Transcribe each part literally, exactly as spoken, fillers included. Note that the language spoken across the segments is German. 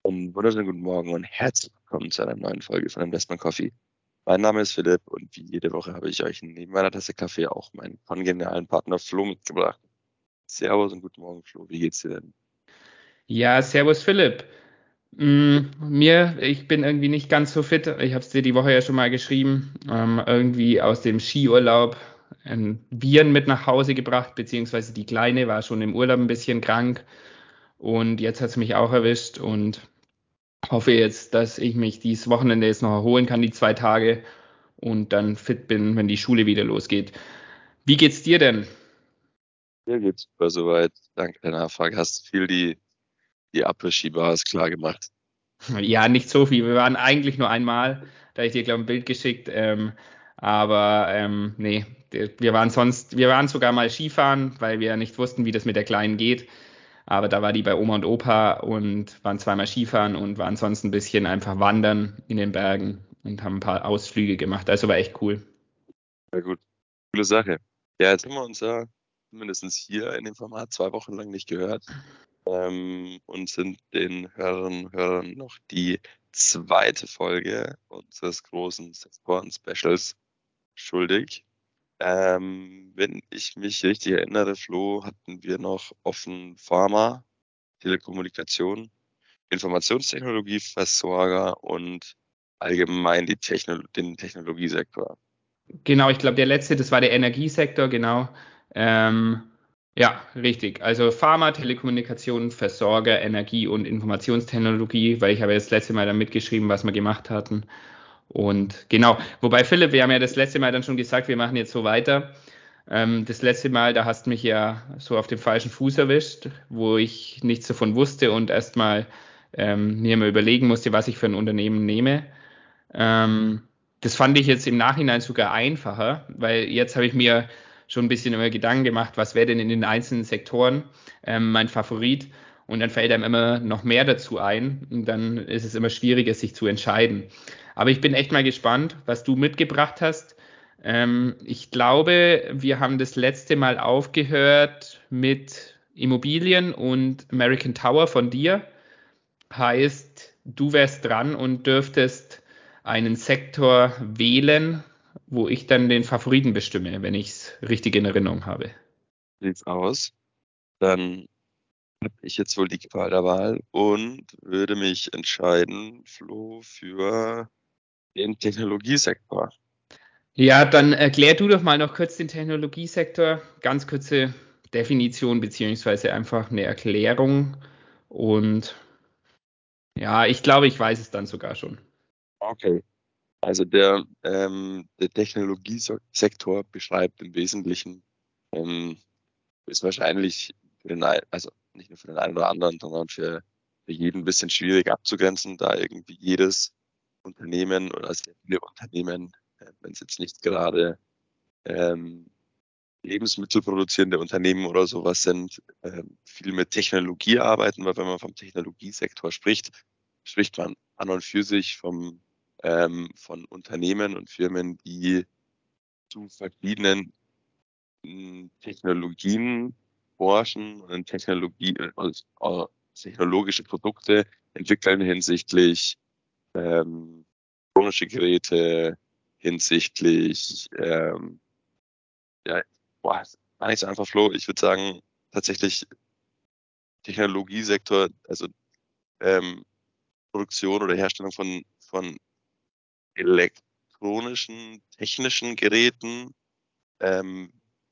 Einen wunderschönen guten Morgen und herzlich willkommen zu einer neuen Folge von Investment Coffee. Mein Name ist Philipp und wie jede Woche habe ich euch neben meiner Tasse Kaffee auch meinen kongenialen Partner Flo mitgebracht. Servus und guten Morgen, Flo. Wie geht's dir denn? Ja, servus Philipp. Mm, mir, ich bin irgendwie nicht ganz so fit. Ich habe es dir die Woche ja schon mal geschrieben. Ähm, irgendwie aus dem Skiurlaub ein Viren mit nach Hause gebracht, beziehungsweise die Kleine war schon im Urlaub ein bisschen krank und jetzt hat es mich auch erwischt und hoffe jetzt, dass ich mich dieses Wochenende jetzt noch erholen kann, die zwei Tage und dann fit bin, wenn die Schule wieder losgeht. Wie geht's dir denn? Mir geht's super soweit. Danke der Nachfrage. Hast du viel die, die Après-Ski-Bars klar gemacht? Ja, nicht so viel. Wir waren eigentlich nur einmal, da hab ich dir, glaube ich, ein Bild geschickt. Ähm, aber ähm, nee, der- wir waren sonst, wir waren sogar mal Skifahren, weil wir nicht wussten, wie das mit der Kleinen geht. Aber da war die bei Oma und Opa und waren zweimal Skifahren und waren sonst ein bisschen einfach wandern in den Bergen und haben ein paar Ausflüge gemacht. Also war echt cool. Ja gut, coole Sache. Ja, jetzt haben wir uns ja zumindest hier in dem Format zwei Wochen lang nicht gehört. Ähm, und sind den Hörerinnen und Hörern noch die zweite Folge unseres großen Sektoren-Specials schuldig. Ähm, wenn ich mich richtig erinnere, Flo, hatten wir noch offen Pharma, Telekommunikation, Informationstechnologie, Versorger und allgemein die Techno den Technologiesektor. Genau, ich glaube, der letzte, das war der Energiesektor, genau. Ähm, ja, richtig. Also Pharma, Telekommunikation, Versorger, Energie und Informationstechnologie, weil ich habe ja das letzte Mal dann mitgeschrieben, was wir gemacht hatten. Und genau, wobei Philipp, wir haben ja das letzte Mal dann schon gesagt, wir machen jetzt so weiter. Ähm, das letzte Mal, da hast du mich ja so auf dem falschen Fuß erwischt, wo ich nichts davon wusste und erstmal ähm, mir mal überlegen musste, was ich für ein Unternehmen nehme. Ähm, Das fand ich jetzt im Nachhinein sogar einfacher, weil jetzt habe ich mir schon ein bisschen immer Gedanken gemacht, was wäre denn in den einzelnen Sektoren ähm, mein Favorit. Und dann fällt einem immer noch mehr dazu ein. Und dann ist es immer schwieriger, sich zu entscheiden. Aber ich bin echt mal gespannt, was du mitgebracht hast. Ähm, ich glaube, wir haben das letzte Mal aufgehört mit Immobilien und American Tower von dir. Heißt, du wärst dran und dürftest einen Sektor wählen, wo ich dann den Favoriten bestimme, wenn ich es richtig in Erinnerung habe. Sieht's aus? Dann habe ich jetzt wohl die Qual der Wahl und würde mich entscheiden, Flo, für den Technologiesektor. Ja, dann erklär du doch mal noch kurz den Technologiesektor. Ganz kurze Definition beziehungsweise einfach eine Erklärung. Und ja, ich glaube, ich weiß es dann sogar schon. Okay. Also der, ähm, der Technologiesektor beschreibt im Wesentlichen, ähm, ist wahrscheinlich für den, ein- also nicht nur für den einen oder anderen, sondern für, für jeden ein bisschen schwierig abzugrenzen, da irgendwie jedes Unternehmen oder sehr viele Unternehmen, äh, wenn es jetzt nicht gerade ähm, lebensmittelproduzierende Unternehmen oder sowas sind, ähm, viel mit Technologie arbeiten, weil wenn man vom Technologiesektor spricht, spricht man an und für sich vom, ähm, von Unternehmen und Firmen, die zu verschiedenen mh, Technologien forschen und Technologie, äh, also, äh, technologische Produkte entwickeln hinsichtlich ähm, elektronische Geräte, hinsichtlich ähm, ja, boah, gar nicht so einfach, Flo. Ich würde sagen, tatsächlich Technologiesektor, also ähm, Produktion oder Herstellung von, von elektronischen, technischen Geräten, ähm,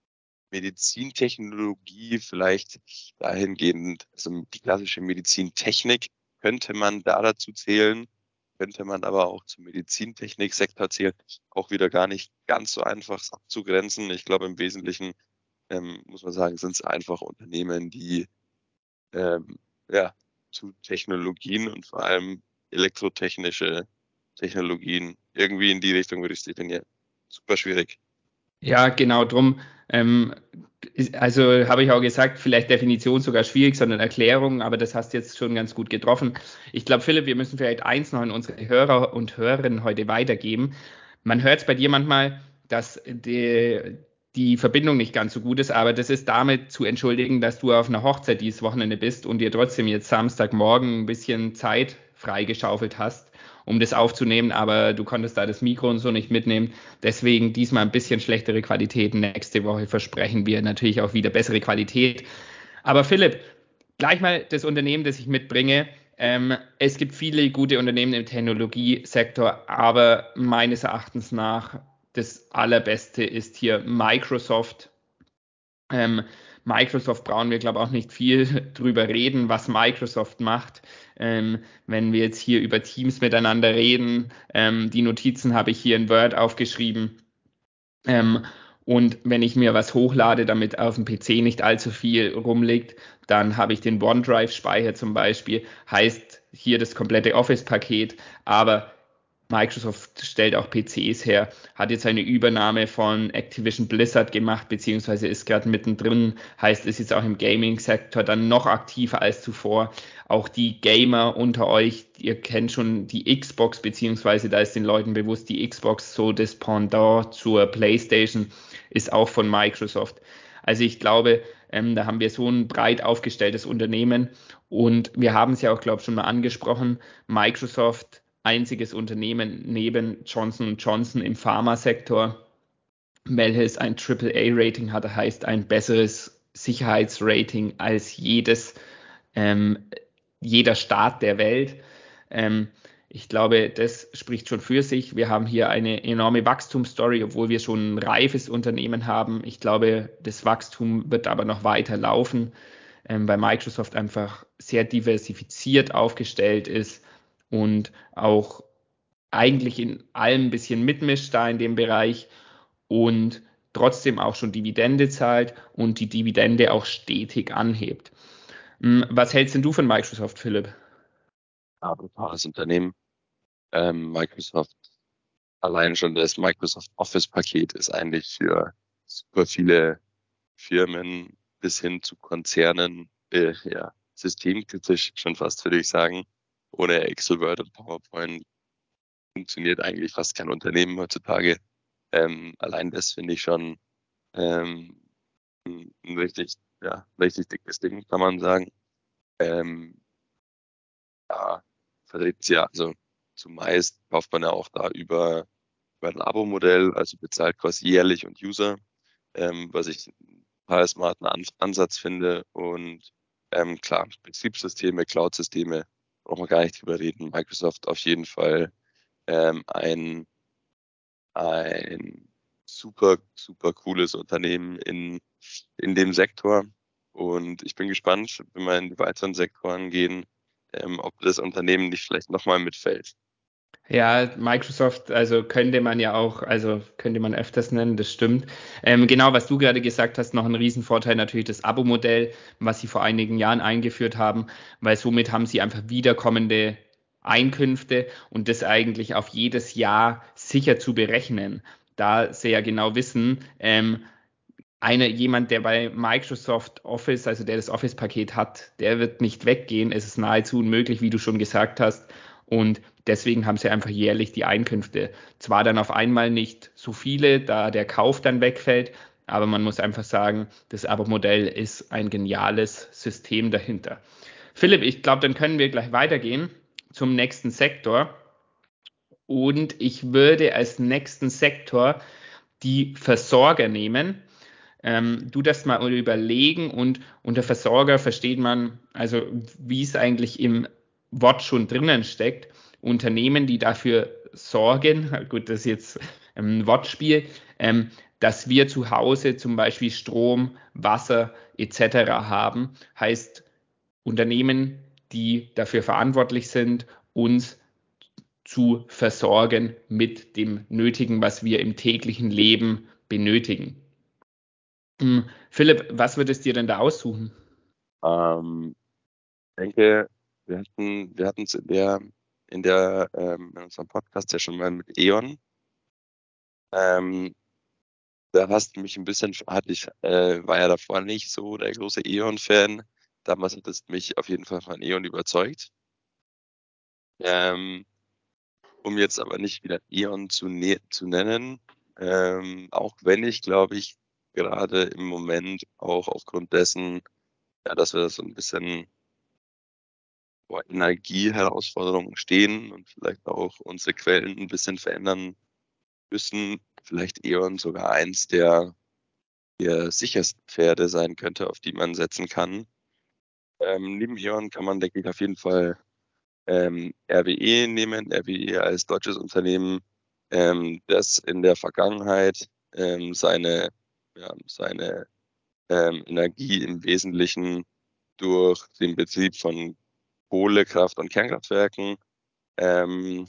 Medizintechnologie vielleicht dahingehend, also die klassische Medizintechnik könnte man da dazu zählen, könnte man aber auch zum Medizintechniksektor zählen, auch wieder gar nicht ganz so einfach abzugrenzen. Ich glaube, im Wesentlichen ähm, muss man sagen, sind es einfach Unternehmen, die ähm, ja, zu Technologien und vor allem elektrotechnische Technologien irgendwie in die Richtung würde ich es definieren. Super schwierig. Ja, genau drum. Ähm, ist- also habe ich auch gesagt, vielleicht Definition sogar schwierig, sondern Erklärung, aber das hast du jetzt schon ganz gut getroffen. Ich glaube, Philipp, wir müssen vielleicht eins noch an unsere Hörer und Hörerinnen heute weitergeben. Man hört es bei dir manchmal, dass die, die Verbindung nicht ganz so gut ist, aber das ist damit zu entschuldigen, dass du auf einer Hochzeit dieses Wochenende bist und dir trotzdem jetzt Samstagmorgen ein bisschen Zeit freigeschaufelt hast, um das aufzunehmen, aber du konntest da das Mikro und so nicht mitnehmen. Deswegen diesmal ein bisschen schlechtere Qualität. Nächste Woche versprechen wir natürlich auch wieder bessere Qualität. Aber Philipp, gleich mal das Unternehmen, das ich mitbringe. Ähm, es gibt viele gute Unternehmen im Technologiesektor, aber meines Erachtens nach das Allerbeste ist hier Microsoft. Ähm, Microsoft brauchen wir, glaube ich, auch nicht viel drüber reden, was Microsoft macht. Ähm, wenn wir jetzt hier über Teams miteinander reden, ähm, die Notizen habe ich hier in Word aufgeschrieben. Ähm, und wenn ich mir was hochlade, damit auf dem P C nicht allzu viel rumliegt, dann habe ich den OneDrive-Speicher zum Beispiel, heißt hier das komplette Office-Paket, aber Microsoft stellt auch P Cs her, hat jetzt eine Übernahme von Activision Blizzard gemacht, beziehungsweise ist gerade mittendrin, heißt, ist jetzt auch im Gaming-Sektor dann noch aktiver als zuvor. Auch die Gamer unter euch, ihr kennt schon die Xbox, beziehungsweise da ist den Leuten bewusst, die Xbox, so das Pendant zur PlayStation, ist auch von Microsoft. Also ich glaube, ähm, da haben wir so ein breit aufgestelltes Unternehmen und wir haben es ja auch, glaube ich, schon mal angesprochen, Microsoft einziges Unternehmen neben Johnson Johnson im Pharmasektor, welches ein Triple A-Rating hat, heißt ein besseres Sicherheitsrating als jedes, ähm, jeder Staat der Welt. Ähm, ich glaube, das spricht schon für sich. Wir haben hier eine enorme Wachstumsstory, obwohl wir schon ein reifes Unternehmen haben. Ich glaube, das Wachstum wird aber noch weiter laufen, ähm, weil Microsoft einfach sehr diversifiziert aufgestellt ist und auch eigentlich in allem ein bisschen mitmischt da in dem Bereich und trotzdem auch schon Dividende zahlt und die Dividende auch stetig anhebt. Hm, Was hältst denn du von Microsoft, Philipp? Ja, brutales Unternehmen. Ähm, Microsoft, allein schon das Microsoft Office-Paket ist eigentlich für super viele Firmen bis hin zu Konzernen, äh, ja, systemkritisch schon fast, würde ich sagen. Ohne Excel, Word und PowerPoint funktioniert eigentlich fast kein Unternehmen heutzutage. Ähm, allein das finde ich schon ähm, ein, ein richtig, ja, richtig dickes Ding, kann man sagen. Ähm, ja, verträgt ja, also zumeist kauft man ja auch da über, über ein Abo-Modell, also bezahlt quasi jährlich und User, ähm, was ich einen total smarten An Ansatz finde. Und ähm, klar, Betriebssysteme, Cloud-Systeme, brauchen wir gar nicht drüber reden. Microsoft auf jeden Fall ähm, ein, ein super, super cooles Unternehmen in, in dem Sektor. Und ich bin gespannt, wenn wir in die weiteren Sektoren gehen, ähm, ob das Unternehmen nicht vielleicht nochmal mitfällt. Ja, Microsoft, also könnte man ja auch, also könnte man öfters nennen, das stimmt. Ähm, genau, was du gerade gesagt hast, noch ein Riesenvorteil natürlich das Abo-Modell, was sie vor einigen Jahren eingeführt haben, weil somit haben sie einfach wiederkommende Einkünfte und das eigentlich auf jedes Jahr sicher zu berechnen, da sie ja genau wissen, ähm, eine, jemand, der bei Microsoft Office, also der das Office-Paket hat, der wird nicht weggehen. Es ist nahezu unmöglich, wie du schon gesagt hast. Und deswegen haben sie einfach jährlich die Einkünfte. Zwar dann auf einmal nicht so viele, da der Kauf dann wegfällt, aber man muss einfach sagen, das Abo-Modell ist ein geniales System dahinter. Philipp, ich glaube, dann können wir gleich weitergehen zum nächsten Sektor. Und ich würde als nächsten Sektor die Versorger nehmen. Ähm, du das mal überlegen und unter Versorger versteht man, also wie es eigentlich im Wort schon drinnen steckt, Unternehmen, die dafür sorgen, gut, das ist jetzt ein Wortspiel, ähm, dass wir zu Hause zum Beispiel Strom, Wasser et cetera haben, heißt Unternehmen, die dafür verantwortlich sind, uns zu versorgen mit dem Nötigen, was wir im täglichen Leben benötigen. Hm, Philipp, was würdest du dir denn da aussuchen? Ähm, ich denke, wir hatten, wir hatten es in der, in der, ähm, in unserem Podcast ja schon mal mit E.ON. Ähm, Da hast du mich ein bisschen, hatte ich, äh, war ja davor nicht so der große E.ON-Fan. Damals hat es mich auf jeden Fall von E.ON überzeugt. Ähm, um jetzt aber nicht wieder E.ON zu, ne zu nennen, ähm, auch wenn ich, glaube ich, gerade im Moment auch aufgrund dessen, ja, dass wir das so ein bisschen vor Energieherausforderungen stehen und vielleicht auch unsere Quellen ein bisschen verändern müssen. Vielleicht E.ON sogar eins der, der sichersten Pferde sein könnte, auf die man setzen kann. Ähm, neben E.ON kann man, denke ich, auf jeden Fall ähm, R W E nehmen. R W E als deutsches Unternehmen, ähm, das in der Vergangenheit ähm, seine, ja, seine ähm, Energie im Wesentlichen durch den Betrieb von Kohlekraft- und Kernkraftwerken ähm,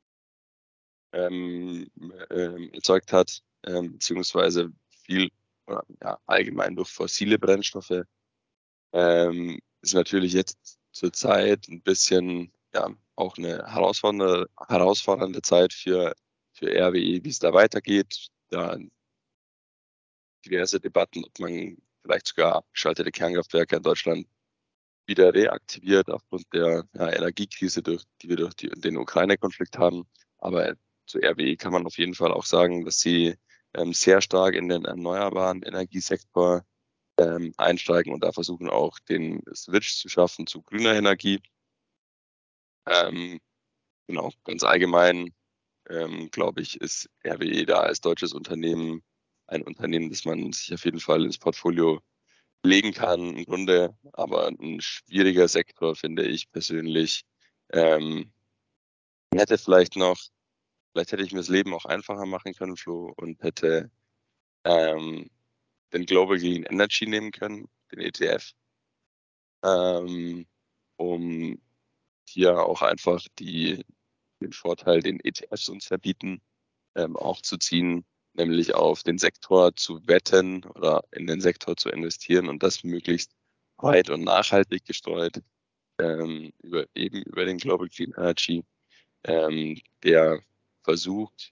ähm, ähm, erzeugt hat, ähm, beziehungsweise viel oder, ja, allgemein durch fossile Brennstoffe. Ähm, ist natürlich jetzt zurzeit ein bisschen ja auch eine herausfordernde, herausfordernde Zeit für, für R W E, wie es da weitergeht. Da diverse Debatten, ob man vielleicht sogar abgeschaltete Kernkraftwerke in Deutschland wieder reaktiviert aufgrund der ja, Energiekrise, durch, die wir durch die, den Ukraine-Konflikt haben. Aber zu R W E kann man auf jeden Fall auch sagen, dass sie ähm, sehr stark in den erneuerbaren Energiesektor ähm, einsteigen und da versuchen auch den Switch zu schaffen zu grüner Energie. Ähm, genau, ganz allgemein, ähm, glaube ich, ist R W E da als deutsches Unternehmen ein Unternehmen, das man sich auf jeden Fall ins Portfolio legen kann, im Grunde, aber ein schwieriger Sektor, finde ich persönlich. Ähm, hätte vielleicht noch, vielleicht hätte ich mir das Leben auch einfacher machen können, Flo, und hätte ähm, den Global Clean Energy nehmen können, den E T F, ähm, um hier auch einfach die, den Vorteil, den E T Fs uns ja bieten, ähm, auch zu ziehen, nämlich auf den Sektor zu wetten oder in den Sektor zu investieren und das möglichst breit und nachhaltig gestreut, ähm, über, eben über den Global Clean Energy, ähm, der versucht,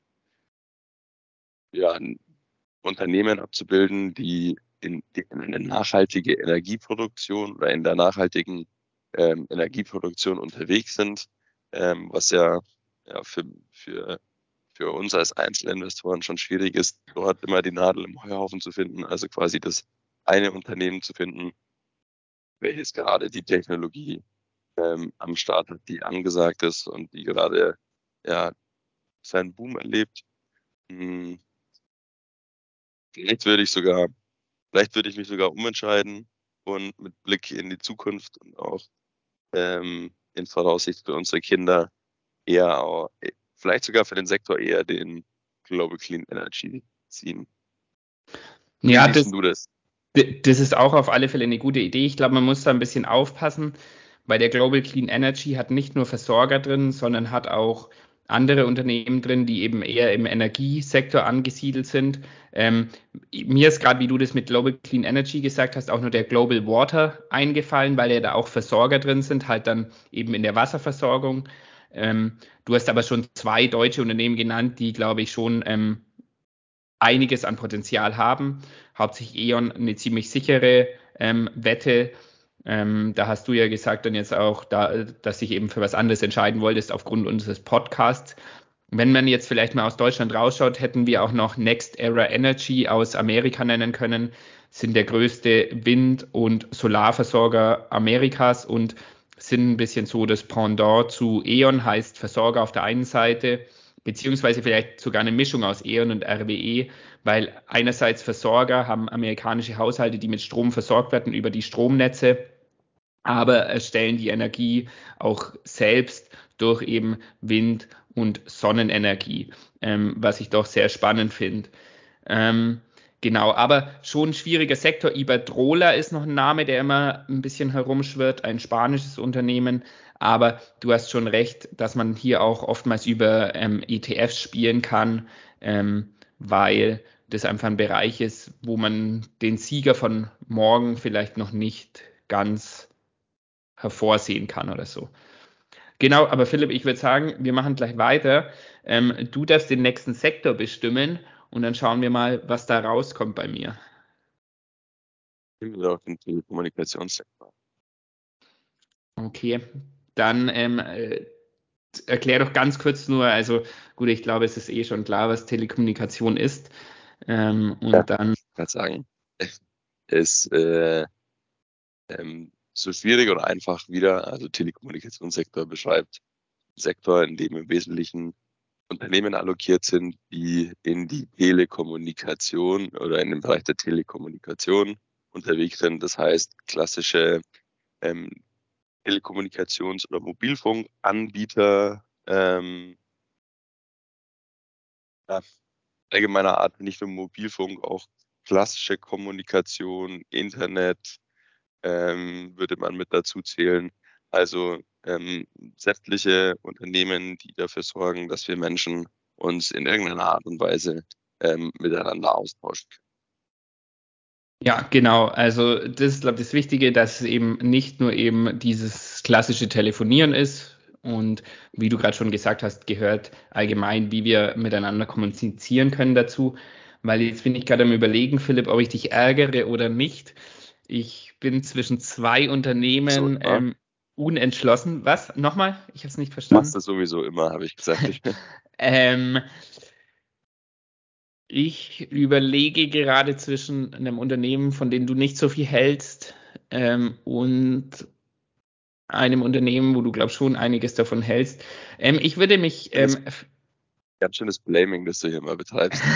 ja, ein Unternehmen abzubilden, die in, in eine nachhaltige Energieproduktion oder in der nachhaltigen ähm, Energieproduktion unterwegs sind, ähm, was ja, ja für, für, für uns als Einzelinvestoren schon schwierig ist, dort immer die Nadel im Heuhaufen zu finden, also quasi das eine Unternehmen zu finden, welches gerade die Technologie ähm, am Start hat, die angesagt ist und die gerade ja seinen Boom erlebt. Hm, vielleicht würde ich sogar, vielleicht würde ich mich sogar umentscheiden und mit Blick in die Zukunft und auch ähm, in Voraussicht für unsere Kinder eher auch, vielleicht sogar für den Sektor eher den Global Clean Energy ziehen. Wie Ja, siehst das, denn du das? D- Das ist auch auf alle Fälle eine gute Idee. Ich glaube, man muss da ein bisschen aufpassen, weil der Global Clean Energy hat nicht nur Versorger drin, sondern hat auch andere Unternehmen drin, die eben eher im Energiesektor angesiedelt sind. Ähm, Mir ist gerade, wie du das mit Global Clean Energy gesagt hast, auch nur der Global Water eingefallen, weil ja da auch Versorger drin sind, halt dann eben in der Wasserversorgung. Ähm, Du hast aber schon zwei deutsche Unternehmen genannt, die, glaube ich, schon ähm, einiges an Potenzial haben. Hauptsächlich E.ON eine ziemlich sichere ähm, Wette. Ähm, da hast du ja gesagt dann jetzt auch, da, dass dich eben für was anderes entscheiden wolltest aufgrund unseres Podcasts. Wenn man jetzt vielleicht mal aus Deutschland rausschaut, hätten wir auch noch Next Era Energy aus Amerika nennen können, sind der größte Wind- und Solarversorger Amerikas und sind ein bisschen so das Pendant zu E.ON, heißt Versorger auf der einen Seite, beziehungsweise vielleicht sogar eine Mischung aus E.ON und R W E, weil einerseits Versorger haben amerikanische Haushalte, die mit Strom versorgt werden über die Stromnetze, aber erstellen die Energie auch selbst durch eben Wind- und Sonnenenergie, ähm, was ich doch sehr spannend finde. Ähm, genau, aber schon ein schwieriger Sektor. Iberdrola ist noch ein Name, der immer ein bisschen herumschwirrt, ein spanisches Unternehmen. Aber du hast schon recht, dass man hier auch oftmals über ähm, E T Fs spielen kann, ähm, weil das einfach ein Bereich ist, wo man den Sieger von morgen vielleicht noch nicht ganz hervorsehen kann oder so. Genau, aber Philipp, ich würde sagen, wir machen gleich weiter. Ähm, du darfst den nächsten Sektor bestimmen und dann schauen wir mal, was da rauskommt bei mir. Nehmen wir doch den Telekommunikationssektor. Okay, dann ähm, äh, erklär doch ganz kurz nur, also gut, ich glaube, es ist eh schon klar, was Telekommunikation ist. Ähm, Ja, und dann, ich kann sagen, ist äh, ähm, so schwierig oder einfach wieder. Also Telekommunikationssektor beschreibt einen Sektor, in dem im Wesentlichen Unternehmen allokiert sind, die in die Telekommunikation oder in dem Bereich der Telekommunikation unterwegs sind. Das heißt, klassische ähm, Telekommunikations- oder Mobilfunkanbieter ähm, ja, allgemeiner Art, nicht nur Mobilfunk, auch klassische Kommunikation, Internet ähm, würde man mit dazu zählen. Also ähm, sämtliche Unternehmen, die dafür sorgen, dass wir Menschen uns in irgendeiner Art und Weise ähm, miteinander austauschen können. Ja, genau. Also das ist, glaube ich, das Wichtige, dass es eben nicht nur eben dieses klassische Telefonieren ist und wie du gerade schon gesagt hast, gehört allgemein, wie wir miteinander kommunizieren können dazu. Weil jetzt bin ich gerade am Überlegen, Philipp, ob ich dich ärgere oder nicht. Ich bin zwischen zwei So Unternehmen immer. ähm, unentschlossen. Was? Nochmal? Ich habe es nicht Machst verstanden. du sowieso immer, habe ich gesagt. Ähm, Ich überlege gerade zwischen einem Unternehmen, von dem du nicht so viel hältst, ähm, und einem Unternehmen, wo du glaubst schon einiges davon hältst. Ähm, ich würde mich, Das ähm, f- ganz schönes Blaming, das du hier mal betreibst.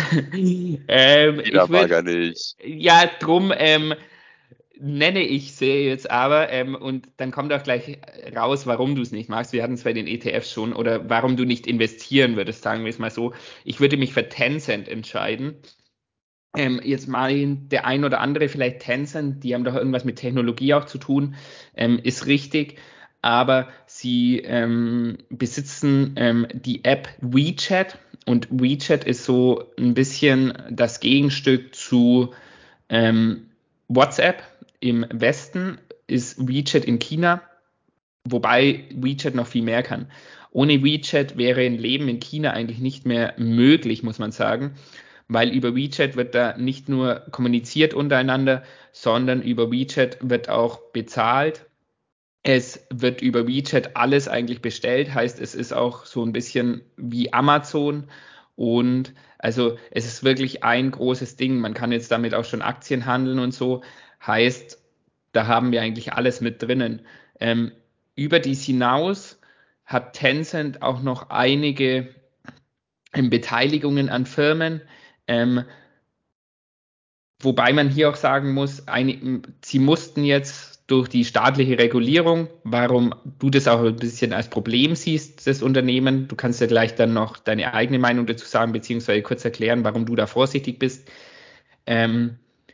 ähm, Jeder ich mag würde, er nicht. ja, drum, ähm, nenne ich sie jetzt aber, ähm, und dann kommt auch gleich raus, warum du es nicht magst. Wir hatten es bei den E T Fs schon, oder warum du nicht investieren würdest, sagen wir es mal so. Ich würde mich für Tencent entscheiden. Ähm, jetzt mal der ein oder andere vielleicht Tencent, die haben doch irgendwas mit Technologie auch zu tun, ähm, ist richtig, aber sie ähm, besitzen ähm, die App WeChat und WeChat ist so ein bisschen das Gegenstück zu ähm, WhatsApp. Im Westen ist WeChat in China, wobei WeChat noch viel mehr kann. Ohne WeChat wäre ein Leben in China eigentlich nicht mehr möglich, muss man sagen, weil über WeChat wird da nicht nur kommuniziert untereinander, sondern über WeChat wird auch bezahlt. Es wird über WeChat alles eigentlich bestellt, heißt, es ist auch so ein bisschen wie Amazon und also es ist wirklich ein großes Ding. Man kann jetzt damit auch schon Aktien handeln und so, heißt, da haben wir eigentlich alles mit drinnen. Ähm, über dies hinaus hat Tencent auch noch einige ähm, Beteiligungen an Firmen. Ähm, Wobei man hier auch sagen muss, ein, sie mussten jetzt durch die staatliche Regulierung, warum du das auch ein bisschen als Problem siehst, das Unternehmen. Du kannst ja gleich dann noch deine eigene Meinung dazu sagen, beziehungsweise kurz erklären, warum du da vorsichtig bist. Ähm,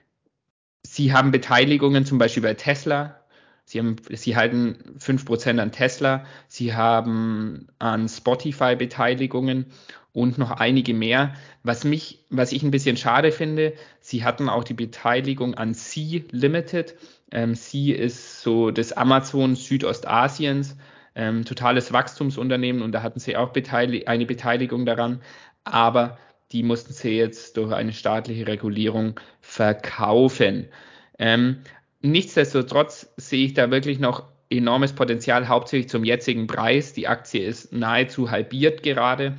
Sie haben Beteiligungen zum Beispiel bei Tesla. Sie haben, Sie halten fünf Prozent an Tesla. Sie haben an Spotify Beteiligungen und noch einige mehr. Was mich, was ich ein bisschen schade finde, Sie hatten auch die Beteiligung an Sea Limited. Ähm, Sea ist so das Amazon Südostasiens, ähm, totales Wachstumsunternehmen und da hatten Sie auch beteilig eine Beteiligung daran. Aber die mussten Sie jetzt durch eine staatliche Regulierung verkaufen. Ähm, Nichtsdestotrotz sehe ich da wirklich noch enormes Potenzial, hauptsächlich zum jetzigen Preis. Die Aktie ist nahezu halbiert gerade.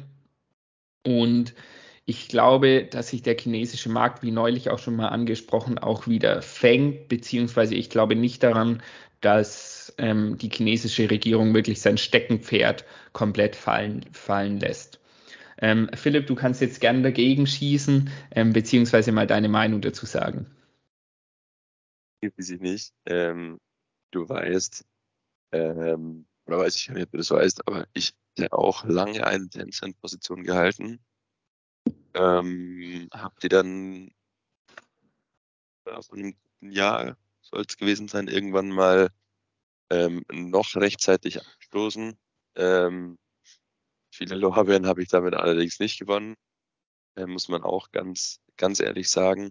Und ich glaube, dass sich der chinesische Markt, wie neulich auch schon mal angesprochen, auch wieder fängt, beziehungsweise ich glaube nicht daran, dass ähm, die chinesische Regierung wirklich sein Steckenpferd komplett fallen, fallen lässt. Ähm, Philipp, du kannst jetzt gerne dagegen schießen, ähm, beziehungsweise mal deine Meinung dazu sagen. Weiß ich nicht. Ähm, du weißt, ähm, oder weiß ich nicht, ob du das weißt, aber ich habe auch lange eine Tencent-Position gehalten. Ähm, habe die dann ja, vor einem guten Jahr, soll es gewesen sein, irgendwann mal ähm, noch rechtzeitig abgestoßen. Ähm, viele Lorbeeren habe ich damit allerdings nicht gewonnen, äh, muss man auch ganz, ganz ehrlich sagen.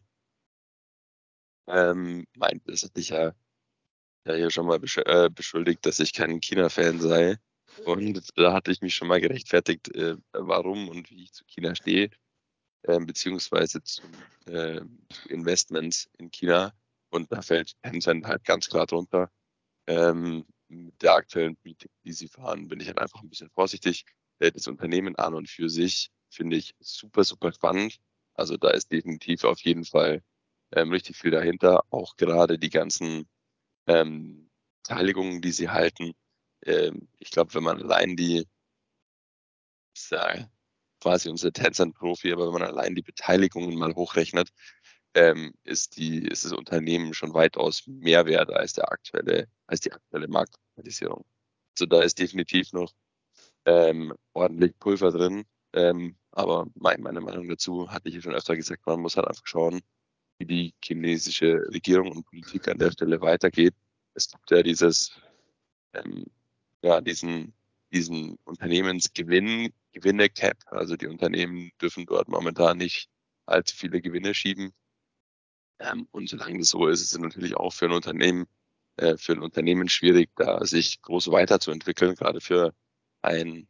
Ähm, mein, das hatte ich ja, ja hier schon mal besch äh, beschuldigt, dass ich kein China-Fan sei. Und da hatte ich mich schon mal gerechtfertigt, äh, warum und wie ich zu China stehe, äh, beziehungsweise zum, äh, zu Investments in China. Und da fällt Tencent halt ganz klar drunter. Ähm, mit der aktuellen Politik, die sie fahren, bin ich halt einfach ein bisschen vorsichtig. Äh, Das Unternehmen an und für sich finde ich super, super spannend. Also da ist definitiv auf jeden Fall ähm, richtig viel dahinter. Auch gerade die ganzen ähm, Beteiligungen, die sie halten. Ähm, ich glaube, wenn man allein die, ich sage, quasi unser Tencent-Profi, aber wenn man allein die Beteiligungen mal hochrechnet, ähm, ist die, ist das Unternehmen schon weitaus mehr wert als der aktuelle, als die aktuelle Marktkapitalisierung. Also da ist definitiv noch ähm, ordentlich Pulver drin. Ähm, aber mein, meine Meinung dazu hatte ich ja schon öfter gesagt, man muss halt einfach schauen, wie die chinesische Regierung und Politik an der Stelle weitergeht. Es gibt ja dieses, ähm, ja, diesen, diesen Unternehmensgewinn, Gewinne-Cap. Also die Unternehmen dürfen dort momentan nicht allzu viele Gewinne schieben. Ähm, und solange das so ist, ist es natürlich auch für ein Unternehmen, äh, für ein Unternehmen schwierig, da sich groß weiterzuentwickeln, gerade für ein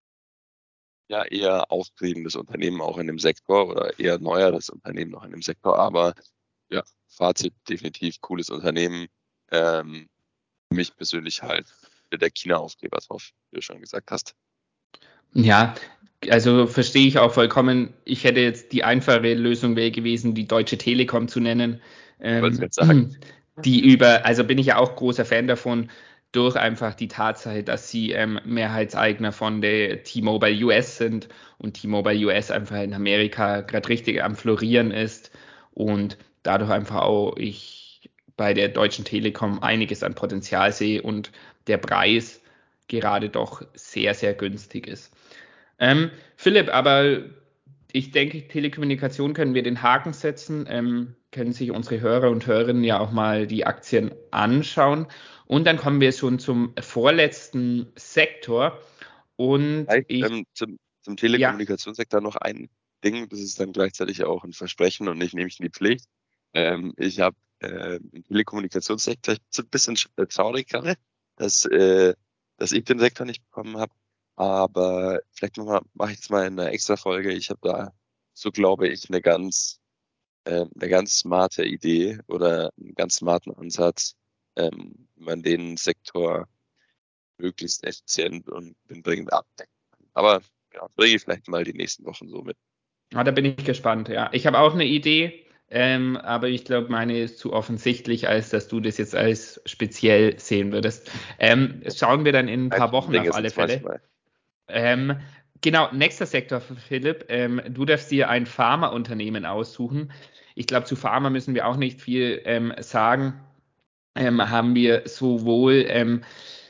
ja eher aufstrebendes Unternehmen auch in dem Sektor oder eher neueres Unternehmen noch in dem Sektor. Aber ja, Fazit definitiv cooles Unternehmen. Ähm, für mich persönlich halt der China-Aufkleber drauf, wie du schon gesagt hast. Ja, also verstehe ich auch vollkommen. Ich hätte jetzt die einfache Lösung wäre gewesen, die Deutsche Telekom zu nennen, Wollte ich ähm, gerade sagen. die über, also bin ich ja auch großer Fan davon, durch einfach die Tatsache, dass sie ähm, Mehrheitseigner von der T-Mobile U S sind und T-Mobile U S einfach in Amerika gerade richtig am Florieren ist und dadurch einfach auch ich bei der Deutschen Telekom einiges an Potenzial sehe und der Preis gerade doch sehr, sehr günstig ist. Ähm, Philipp, aber ich denke, Telekommunikation können wir den Haken setzen, ähm, können sich unsere Hörer und Hörerinnen ja auch mal die Aktien anschauen. Und dann kommen wir schon zum vorletzten Sektor. Und Vielleicht ich, ähm, zum, zum ja, Telekommunikationssektor noch ein Ding, das ist dann gleichzeitig auch ein Versprechen und nicht nehme ich in die Pflicht. Ähm, ich habe äh, im Telekommunikationssektor, ich bin so ein bisschen sch- äh, traurig gerade, dass, äh, dass ich den Sektor nicht bekommen habe. Aber vielleicht mache mach ich das mal in einer extra Folge. Ich habe da, so glaube ich, eine ganz, äh, eine ganz smarte Idee oder einen ganz smarten Ansatz, ähm, wie man den Sektor möglichst effizient und gewinnbringend abdecken kann. Aber ja, bringe ich vielleicht mal die nächsten Wochen so mit. ah, da bin ich gespannt, ja. Ich habe auch eine Idee, ähm, aber ich glaube, meine ist zu offensichtlich, als dass du das jetzt als speziell sehen würdest. Ähm, das schauen wir dann in ein paar Einfache Wochen auf Dinge sind alle es Fälle. manchmal. Ähm, genau, nächster Sektor, Philipp. Ähm, du darfst dir ein Pharmaunternehmen aussuchen. Ich glaube, zu Pharma müssen wir auch nicht viel ähm, sagen. Ähm, haben wir sowohl ähm,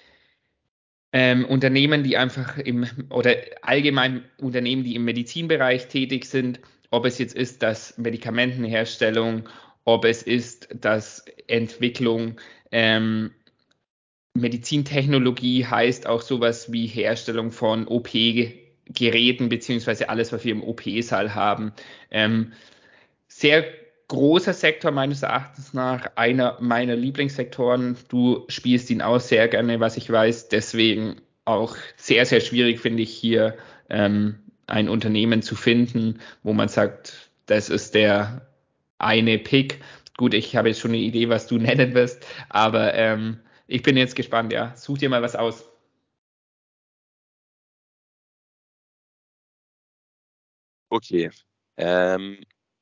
ähm, Unternehmen, die einfach im oder allgemein Unternehmen, die im Medizinbereich tätig sind, ob es jetzt ist, dass Medikamentenherstellung, ob es ist, dass Entwicklung ähm, Medizintechnologie heißt auch sowas wie Herstellung von O P-Geräten, beziehungsweise alles, was wir im O P-Saal haben. Ähm, sehr großer Sektor meines Erachtens nach, einer meiner Lieblingssektoren. Du spielst ihn auch sehr gerne, was ich weiß. Deswegen auch sehr, sehr schwierig finde ich hier ähm, ein Unternehmen zu finden, wo man sagt, das ist der eine Pick. Gut, ich habe jetzt schon eine Idee, was du nennen wirst, aber ähm, ich bin jetzt gespannt, ja. Such dir mal was aus. Okay. Ähm,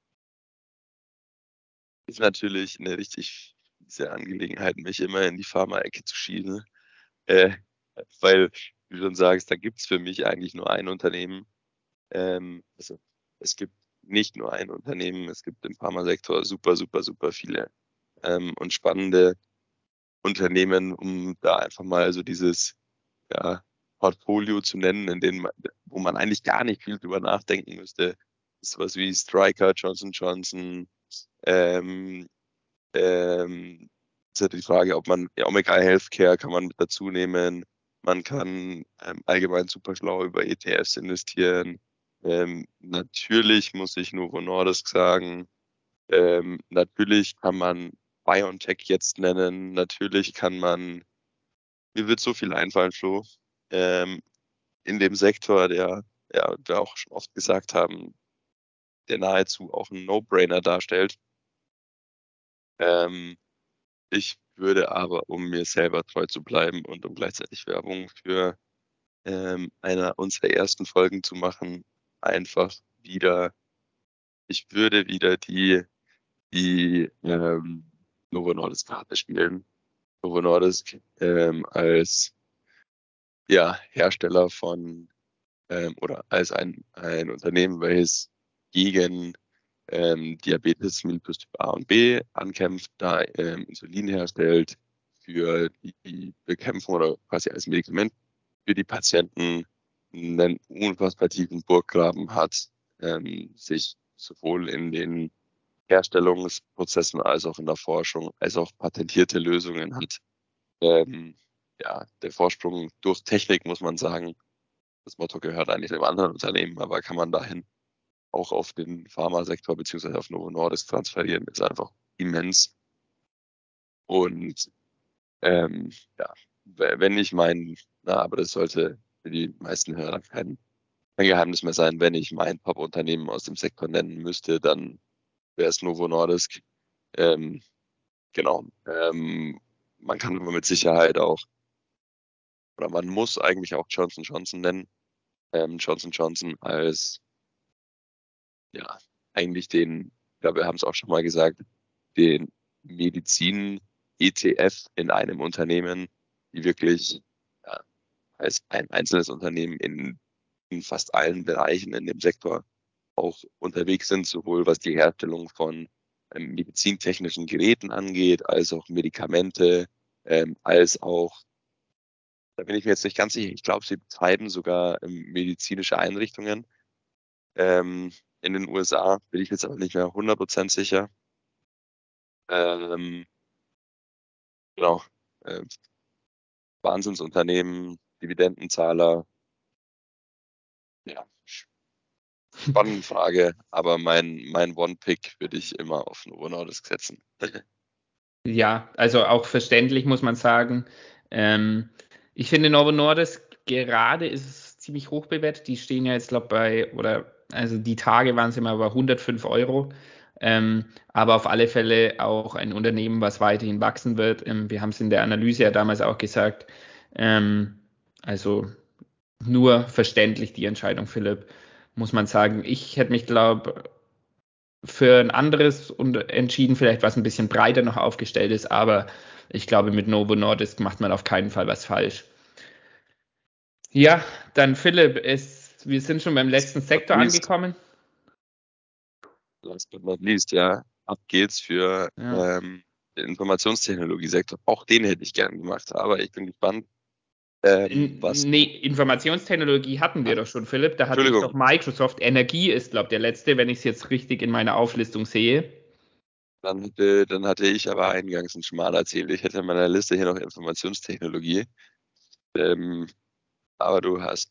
ist natürlich eine richtig fiese Angelegenheit, mich immer in die Pharma-Ecke zu schieben. Äh, weil, wie du schon sagst, da gibt's für mich eigentlich nur ein Unternehmen. Ähm, also es gibt nicht nur ein Unternehmen, es gibt im Pharmasektor super, super, super viele ähm, und spannende Unternehmen, um da einfach mal so dieses ja, Portfolio zu nennen, in dem man, wo man eigentlich gar nicht viel drüber nachdenken müsste. Das ist sowas wie Stryker, Johnson Johnson, ähm, ähm, ist ja die Frage, ob man ja, Omega Healthcare kann man mit dazu nehmen. Man kann ähm, allgemein super schlau über E T Fs investieren. Ähm, natürlich muss ich Novo Nordisk sagen. Ähm, natürlich kann man BioNTech jetzt nennen. Natürlich kann man, mir wird so viel einfallen, Flo, ähm, in dem Sektor, der, ja, wir auch schon oft gesagt haben, der nahezu auch ein No-Brainer darstellt. Ähm, Ich würde aber, um mir selber treu zu bleiben und um gleichzeitig Werbung für ähm, einer unserer ersten Folgen zu machen, einfach wieder, ich würde wieder die, die ähm, Novo Nordisk Karte spielen. Novo Nordisk ähm, als ja, Hersteller von ähm, oder als ein, ein Unternehmen, welches gegen ähm, Diabetes mellitus Typ A und B ankämpft, da ähm, Insulin herstellt für die Bekämpfung oder quasi als Medikament für die Patienten, einen unfassbar tiefen Burggraben hat, ähm, sich sowohl in den Herstellungsprozessen als auch in der Forschung, als auch patentierte Lösungen hat. Ähm, ja, der Vorsprung durch Technik, muss man sagen, das Motto gehört eigentlich einem anderen Unternehmen, aber kann man dahin auch auf den Pharmasektor beziehungsweise auf Novo Nordisk transferieren, ist einfach immens. Und ähm, ja, wenn ich mein, na, aber das sollte für die meisten Hörer kein, kein Geheimnis mehr sein, wenn ich mein Top-Unternehmen aus dem Sektor nennen müsste, dann wäre es Novo Nordisk. Ähm, genau. Ähm, man kann aber mit Sicherheit auch, oder man muss eigentlich auch Johnson Johnson nennen. Ähm, Johnson Johnson als, ja, eigentlich den, ich glaube, wir haben es auch schon mal gesagt, den Medizin-E T F in einem Unternehmen, die wirklich ja, als ein einzelnes Unternehmen in, in fast allen Bereichen in dem Sektor auch unterwegs sind, sowohl was die Herstellung von ähm, medizintechnischen Geräten angeht, als auch Medikamente, ähm, als auch, da bin ich mir jetzt nicht ganz sicher, ich glaube, sie betreiben sogar ähm, medizinische Einrichtungen ähm, in den U S A, bin ich jetzt aber nicht mehr hundert Prozent sicher. Ähm, genau. Äh, Wahnsinnsunternehmen, Dividendenzahler. Ja, spannende Frage, aber mein, mein One-Pick würde ich immer auf Novo Nordisk setzen. Ja, also auch verständlich muss man sagen. Ähm, ich finde Novo Nordisk gerade ist es ziemlich hoch bewertet. Die stehen ja jetzt, glaube bei, oder also die Tage waren es immer bei hundertfünf Euro. Ähm, aber auf alle Fälle auch ein Unternehmen, was weiterhin wachsen wird. Ähm, wir haben es in der Analyse ja damals auch gesagt. Ähm, also nur verständlich die Entscheidung, Philipp, muss man sagen. Ich hätte mich, glaube für ein anderes und entschieden, vielleicht was ein bisschen breiter noch aufgestellt ist, aber ich glaube, mit Novo Nordisk macht man auf keinen Fall was falsch. Ja, dann Philipp, es, wir sind schon beim letzten Not Sektor least, angekommen. last but not least, ja, ab geht's für Ja. ähm, den Informationstechnologiesektor. Auch den hätte ich gern gemacht, aber ich bin gespannt, ähm, was Nee, du. Informationstechnologie hatten wir Ah, doch schon, Philipp. Da hatte ich doch Entschuldigung, Microsoft. Energie ist, glaube ich, der letzte, wenn ich es jetzt richtig in meiner Auflistung sehe. dann hatte, dann hatte ich aber eingangs einen Schmarrn erzählt. Ich hätte in meiner Liste hier noch Informationstechnologie. Ähm, aber du hast,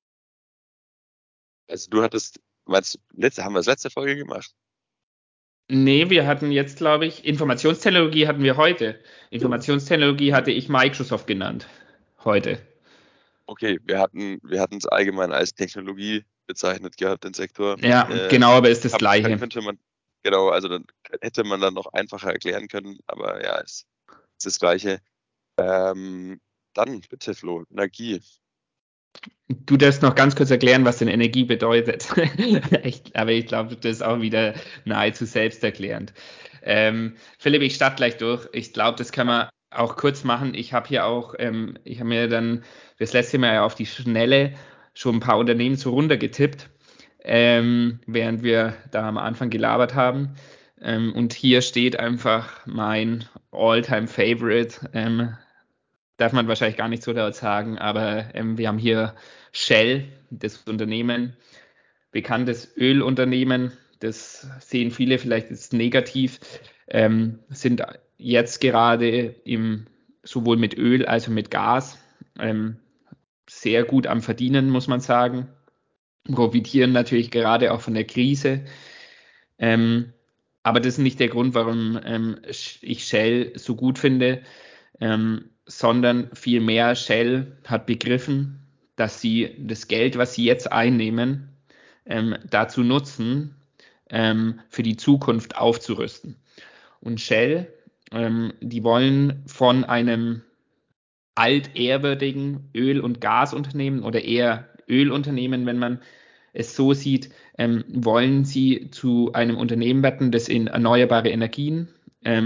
also du hattest, meinst du, letzte, haben wir das letzte Folge gemacht? Nee, wir hatten jetzt, glaube ich, Informationstechnologie hatten wir heute. Informationstechnologie hatte ich Microsoft genannt. Heute. Okay, wir hatten, wir hatten es allgemein als Technologie bezeichnet gehabt, den Sektor. Ja, Ähm, genau, aber ist das hab, Gleiche. könnte man, genau, also dann hätte man dann noch einfacher erklären können, aber ja, es ist das Gleiche. Ähm, dann bitte, Flo, Energie. Du darfst noch ganz kurz erklären, was denn Energie bedeutet. ich, aber ich glaube, das ist auch wieder nahezu selbsterklärend. Ähm, Philipp, ich starte gleich durch. Ich glaube, das kann Ja, man auch kurz machen. Ich habe hier auch, ähm, ich habe mir dann das letzte Mal ja auf die Schnelle schon ein paar Unternehmen so runtergetippt, ähm, während wir da am Anfang gelabert haben. Ähm, und hier steht einfach mein All-Time-Favorite. Ähm, darf man wahrscheinlich gar nicht so laut sagen, aber ähm, wir haben hier Shell, das Unternehmen, bekanntes Ölunternehmen, das sehen viele vielleicht jetzt negativ, ähm, sind jetzt gerade im, sowohl mit Öl als auch mit Gas ähm, sehr gut am Verdienen, muss man sagen, profitieren natürlich gerade auch von der Krise. Ähm, aber das ist nicht der Grund, warum ähm, ich Shell so gut finde, ähm, sondern vielmehr Shell hat begriffen, dass sie das Geld, was sie jetzt einnehmen, ähm, dazu nutzen, ähm, für die Zukunft aufzurüsten. Und Shell, ähm, die wollen von einem altehrwürdigen Öl- und Gasunternehmen oder eher Ölunternehmen, wenn man es so sieht, ähm, wollen sie zu einem Unternehmen werden, das in erneuerbare Energien ähm,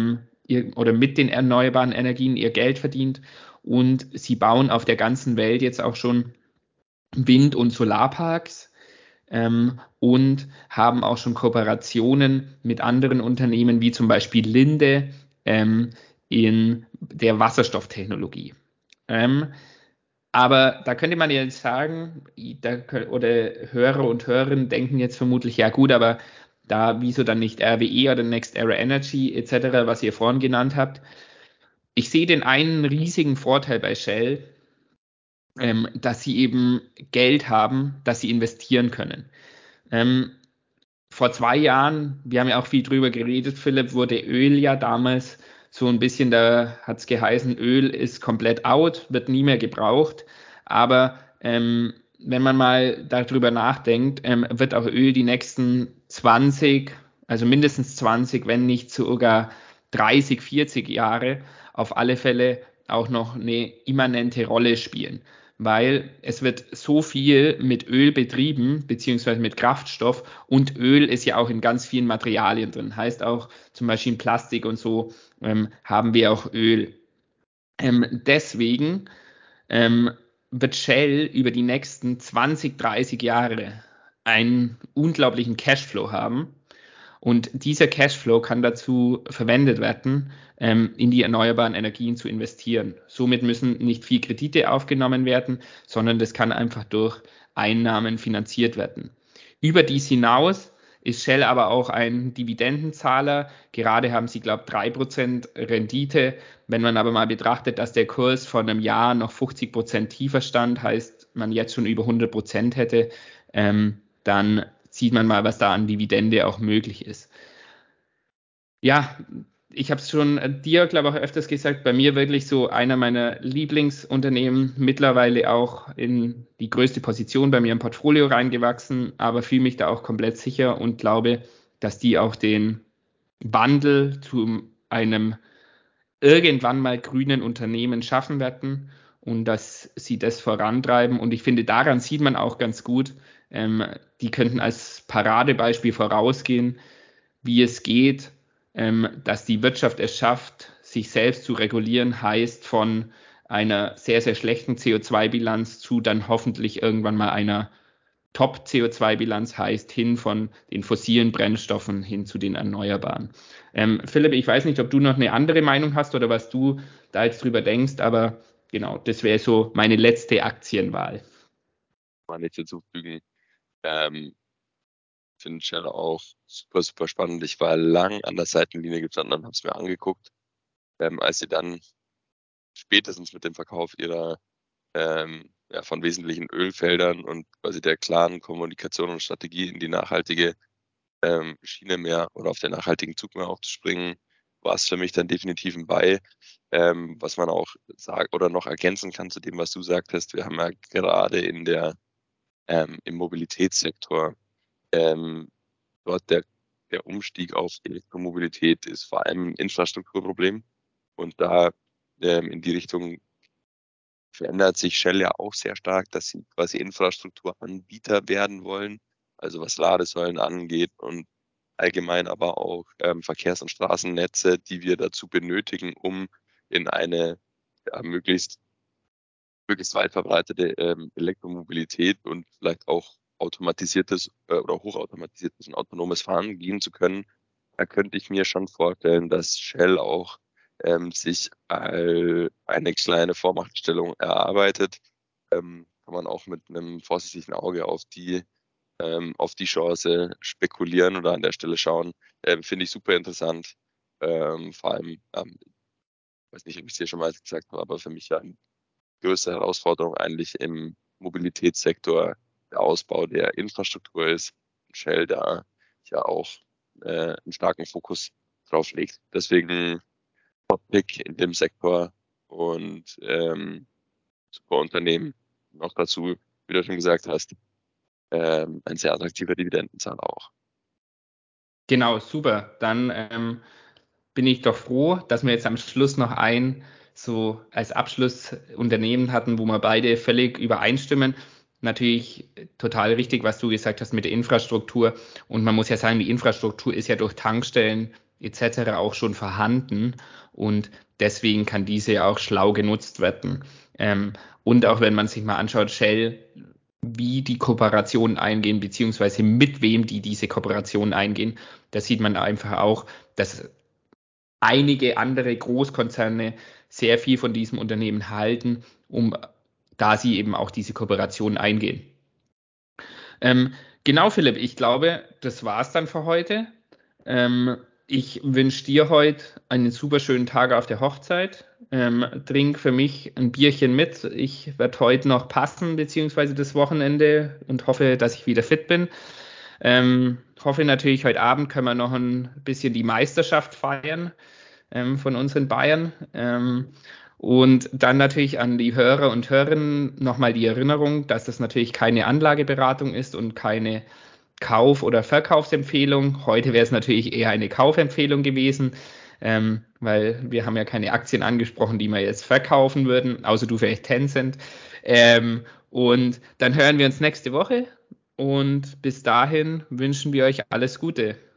ihr, oder mit den erneuerbaren Energien ihr Geld verdient und sie bauen auf der ganzen Welt jetzt auch schon Wind- und Solarparks ähm, und haben auch schon Kooperationen mit anderen Unternehmen, wie zum Beispiel Linde ähm, in der Wasserstofftechnologie. Ähm, aber da könnte man jetzt sagen, da, oder Hörer und Hörerinnen denken jetzt vermutlich, ja gut, aber da wieso dann nicht R W E oder Next Era Energy et cetera, was ihr vorhin genannt habt. Ich sehe den einen riesigen Vorteil bei Shell, ähm, dass sie eben Geld haben, das sie investieren können. Ähm, vor zwei Jahren, wir haben ja auch viel drüber geredet, Philipp, wurde Öl ja damals so ein bisschen, da hat es geheißen, Öl ist komplett out, wird nie mehr gebraucht. Aber ähm, wenn man mal darüber nachdenkt, ähm, wird auch Öl die nächsten zwanzig, also mindestens zwanzig, wenn nicht sogar dreißig, vierzig Jahre auf alle Fälle auch noch eine immanente Rolle spielen, weil es wird so viel mit Öl betrieben, beziehungsweise mit Kraftstoff, und Öl ist ja auch in ganz vielen Materialien drin. Heißt auch zum Beispiel in Plastik und so ähm, haben wir auch Öl. Ähm, deswegen ähm, wird Shell über die nächsten zwanzig, dreißig Jahre einen unglaublichen Cashflow haben. Und dieser Cashflow kann dazu verwendet werden, ähm, in die erneuerbaren Energien zu investieren. Somit müssen nicht viel Kredite aufgenommen werden, sondern das kann einfach durch Einnahmen finanziert werden. Über dies hinaus ist Shell aber auch ein Dividendenzahler. Gerade haben sie, glaube ich, drei Prozent Rendite. Wenn man aber mal betrachtet, dass der Kurs vor einem Jahr noch fünfzig Prozent tiefer stand, heißt man jetzt schon über hundert Prozent hätte, ähm, dann sieht man mal, was da an Dividende auch möglich ist. Ja, ich habe es schon dir, glaube ich, auch öfters gesagt, bei mir wirklich so einer meiner Lieblingsunternehmen, mittlerweile auch in die größte Position bei mir im Portfolio reingewachsen, aber fühle mich da auch komplett sicher und glaube, dass die auch den Wandel zu einem irgendwann mal grünen Unternehmen schaffen werden und dass sie das vorantreiben. Und ich finde, daran sieht man auch ganz gut, ähm, die könnten als Paradebeispiel vorausgehen, wie es geht, ähm, dass die Wirtschaft es schafft, sich selbst zu regulieren, heißt von einer sehr, sehr schlechten C O zwei Bilanz zu dann hoffentlich irgendwann mal einer Top-C O zwei Bilanz, heißt hin von den fossilen Brennstoffen hin zu den erneuerbaren. Ähm, Philipp, ich weiß nicht, ob du noch eine andere Meinung hast oder was du da jetzt drüber denkst, aber genau, das wäre so meine letzte Aktienwahl. Mal nicht hinzufügen. Ähm, Finde Shell auch super, super spannend. Ich war lang an der Seitenlinie gestanden und habe es mir angeguckt, ähm, als sie dann spätestens mit dem Verkauf ihrer ähm, ja, von wesentlichen Ölfeldern und quasi der klaren Kommunikation und Strategie in die nachhaltige ähm, Schiene mehr oder auf den nachhaltigen Zug mehr aufzuspringen, war es für mich dann definitiv ein Buy. Ähm, was man auch sagt oder noch ergänzen kann zu dem, was du sagtest, wir haben ja gerade in der ähm, im Mobilitätssektor ähm, dort der, der Umstieg auf Elektromobilität ist vor allem ein Infrastrukturproblem. Und da ähm, in die Richtung verändert sich Shell ja auch sehr stark, dass sie quasi Infrastrukturanbieter werden wollen, also was Ladesäulen angeht und allgemein aber auch ähm, Verkehrs- und Straßennetze, die wir dazu benötigen, um in eine ja, möglichst, möglichst weit verbreitete ähm, Elektromobilität und vielleicht auch automatisiertes äh, oder hochautomatisiertes und autonomes Fahren gehen zu können. Da könnte ich mir schon vorstellen, dass Shell auch ähm, sich äh, eine kleine Vormachtstellung erarbeitet. Ähm, kann man auch mit einem vorsichtigen Auge auf die, ähm, auf die Chance spekulieren oder an der Stelle schauen. Ähm, finde ich super interessant. Ähm, vor allem, ähm, ich weiß nicht, ob ich es dir schon mal gesagt habe, aber für mich ja eine größte Herausforderung eigentlich im Mobilitätssektor der Ausbau der Infrastruktur ist. Shell da ja auch äh, einen starken Fokus drauf legt. Deswegen Top-Pick in dem Sektor und ähm, super Unternehmen. Noch dazu, wie du schon gesagt hast, ähm, ein sehr attraktiver Dividendenzahler auch. Genau, super. Dann ähm, bin ich doch froh, dass wir jetzt am Schluss noch ein so als Abschlussunternehmen hatten, wo wir beide völlig übereinstimmen. Natürlich total richtig, was du gesagt hast mit der Infrastruktur. Und man muss ja sagen, die Infrastruktur ist ja durch Tankstellen et cetera auch schon vorhanden und deswegen kann diese auch schlau genutzt werden. Ähm, und auch wenn man sich mal anschaut, Shell, wie die Kooperationen eingehen, beziehungsweise mit wem die diese Kooperationen eingehen, da sieht man einfach auch, dass einige andere Großkonzerne sehr viel von diesem Unternehmen halten, um da sie eben auch diese Kooperation eingehen. Ähm, genau, Philipp, ich glaube, das war's dann für heute. Ähm, ich wünsche dir heute einen super schönen Tag auf der Hochzeit. Ähm, trink für mich ein Bierchen mit. Ich werde heute noch passen, beziehungsweise das Wochenende und hoffe, dass ich wieder fit bin. Ähm, hoffe natürlich, heute Abend können wir noch ein bisschen die Meisterschaft feiern ähm, von unseren Bayern. Ähm, und dann natürlich an die Hörer und Hörerinnen nochmal die Erinnerung, dass das natürlich keine Anlageberatung ist und keine Kauf- oder Verkaufsempfehlung. Heute wäre es natürlich eher eine Kaufempfehlung gewesen, ähm, weil wir haben ja keine Aktien angesprochen, die wir jetzt verkaufen würden, außer du vielleicht Tencent. Ähm, und dann hören wir uns nächste Woche und bis dahin wünschen wir euch alles Gute.